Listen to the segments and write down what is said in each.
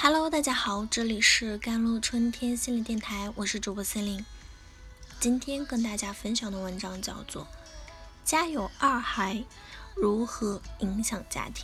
Hello，大家好，这里是甘露春天心理电台，我是主播森林。今天跟大家分享的文章叫做《家有二孩如何影响家庭》。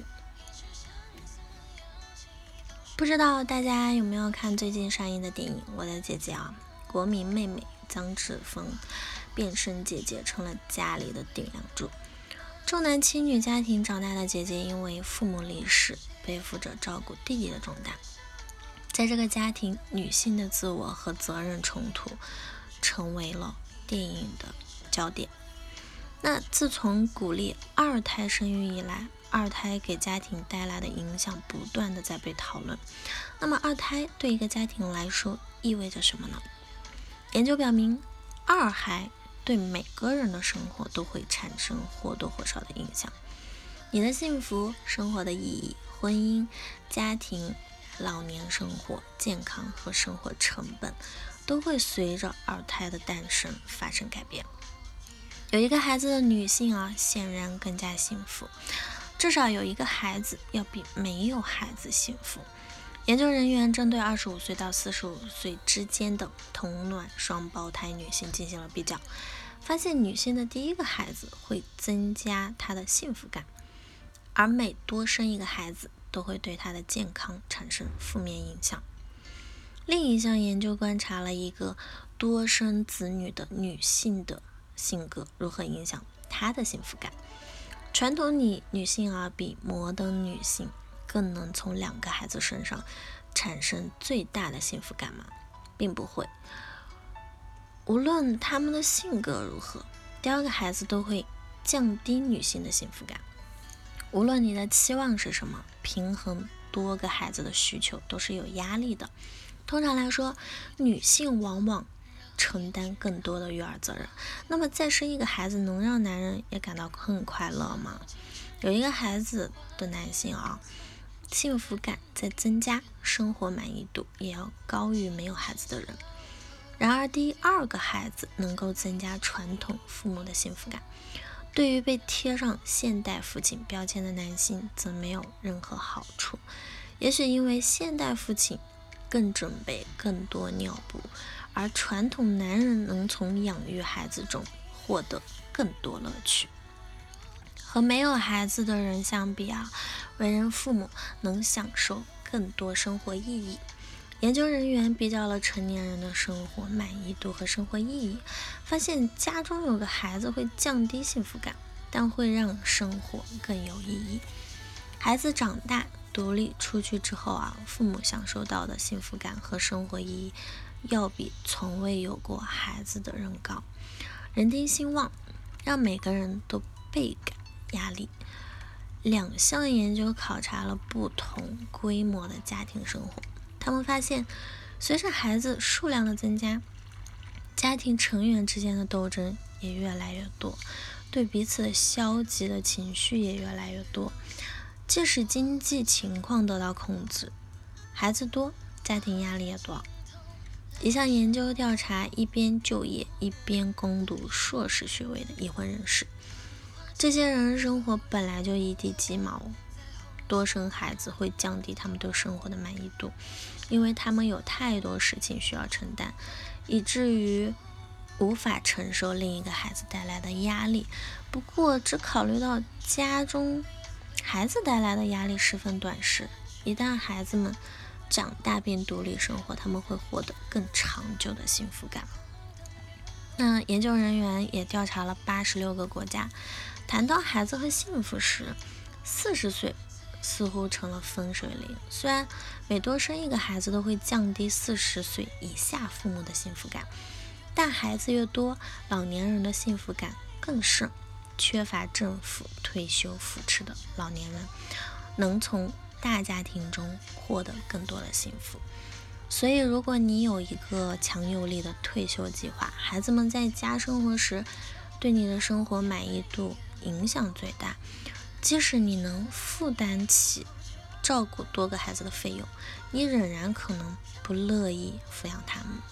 不知道大家有没有看最近上映的电影《我的姐姐》啊？国民妹妹张志峰变身姐姐，成了家里的顶梁柱。重男轻女家庭长大的姐姐，因为父母离世，背负着照顾弟弟的重担。在这个家庭，女性的自我和责任冲突成为了电影的焦点。那自从鼓励二胎生育以来，二胎给家庭带来的影响不断的在被讨论。那么二胎对一个家庭来说意味着什么呢？研究表明，二孩对每个人的生活都会产生或多或少的影响。你的幸福、生活的意义、婚姻、家庭、老年生活、健康和生活成本都会随着二胎的诞生发生改变。有一个孩子的女性啊，显然更加幸福，至少有一个孩子要比没有孩子幸福。研究人员针对25岁到45岁之间的同卵双胞胎女性进行了比较，发现女性的第一个孩子会增加她的幸福感，而每多生一个孩子都会对她的健康产生负面影响。另一项研究观察了一个多生子女的女性的性格如何影响她的幸福感。传统女性啊，比摩登女性更能从2个孩子身上产生最大的幸福感吗？并不会。无论他们的性格如何，第2个孩子都会降低女性的幸福感。无论你的期望是什么，平衡多个孩子的需求都是有压力的。通常来说，女性往往承担更多的育儿责任。那么再生一个孩子能让男人也感到很快乐吗？有一个孩子的男性啊，幸福感在增加，生活满意度也要高于没有孩子的人。然而第2个孩子能够增加传统父母的幸福感，对于被贴上现代父亲标签的男性则没有任何好处。也许因为现代父亲更准备更多尿布，而传统男人能从养育孩子中获得更多乐趣。和没有孩子的人相比啊，为人父母能享受更多生活意义。研究人员比较了成年人的生活满意度和生活意义，发现家中有个孩子会降低幸福感，但会让生活更有意义。孩子长大独立出去之后啊，父母享受到的幸福感和生活意义要比从未有过孩子的人高。人丁兴旺，让每个人都倍感压力。2项研究考察了不同规模的家庭生活，他们发现，随着孩子数量的增加，家庭成员之间的斗争也越来越多，对彼此的消极的情绪也越来越多。即使经济情况得到控制，孩子多，家庭压力也多。一项研究调查一边就业一边攻读硕士学位的已婚人士，这些人生活本来就一地鸡毛，多生孩子会降低他们对生活的满意度，因为他们有太多事情需要承担，以至于无法承受另一个孩子带来的压力。不过只考虑到家中孩子带来的压力十分短视，一旦孩子们长大并独立生活，他们会获得更长久的幸福感。那研究人员也调查了86个国家，谈到孩子和幸福时，40岁似乎成了分水岭。虽然每多生一个孩子都会降低40岁以下父母的幸福感，但孩子越多，老年人的幸福感更盛。缺乏政府退休扶持的老年人能从大家庭中获得更多的幸福。所以如果你有一个强有力的退休计划，孩子们在家生活时对你的生活满意度影响最大。即使你能负担起照顾多个孩子的费用，你仍然可能不乐意抚养他们。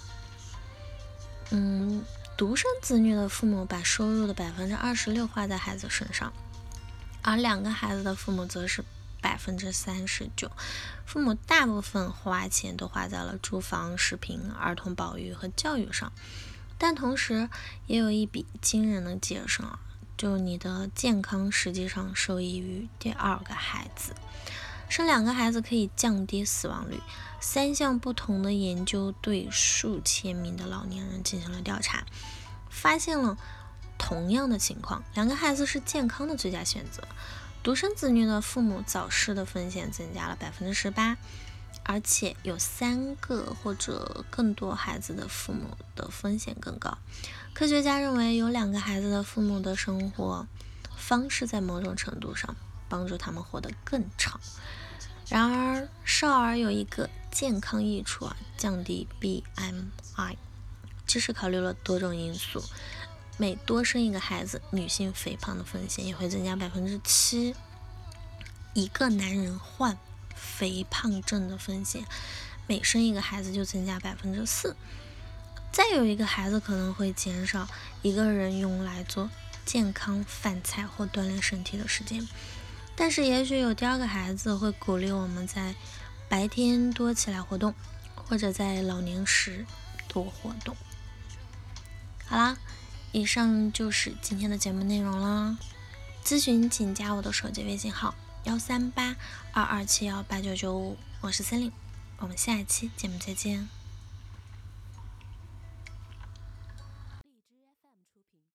独生子女的父母把收入的26%花在孩子身上，而2个孩子的父母则是 39%。父母大部分花钱都花在了住房、食品、儿童保育和教育上，但同时也有一笔惊人的节省，就你的健康实际上受益于第二个孩子。生2个孩子可以降低死亡率。3项不同的研究对数千名的老年人进行了调查，发现了同样的情况，2个孩子是健康的最佳选择。独生子女的父母早逝的风险增加了18%，而且有3个或者更多孩子的父母的风险更高。科学家认为，有2个孩子的父母的生活方式在某种程度上帮助他们活得更长。然而，少儿有一个健康益处降低 BMI， 这是考虑了多种因素。每多生1个孩子，女性肥胖的风险也会增加7%。一个男人患肥胖症的风险，每生1个孩子就增加4%。再有1个孩子可能会减少一个人用来做健康饭菜或锻炼身体的时间。但是也许有第2个孩子会鼓励我们在白天多起来活动，或者在老年时多活动。好啦，以上就是今天的节目内容啦。咨询请加我的手机微信号13822718995，我是森林，我们下一期节目再见。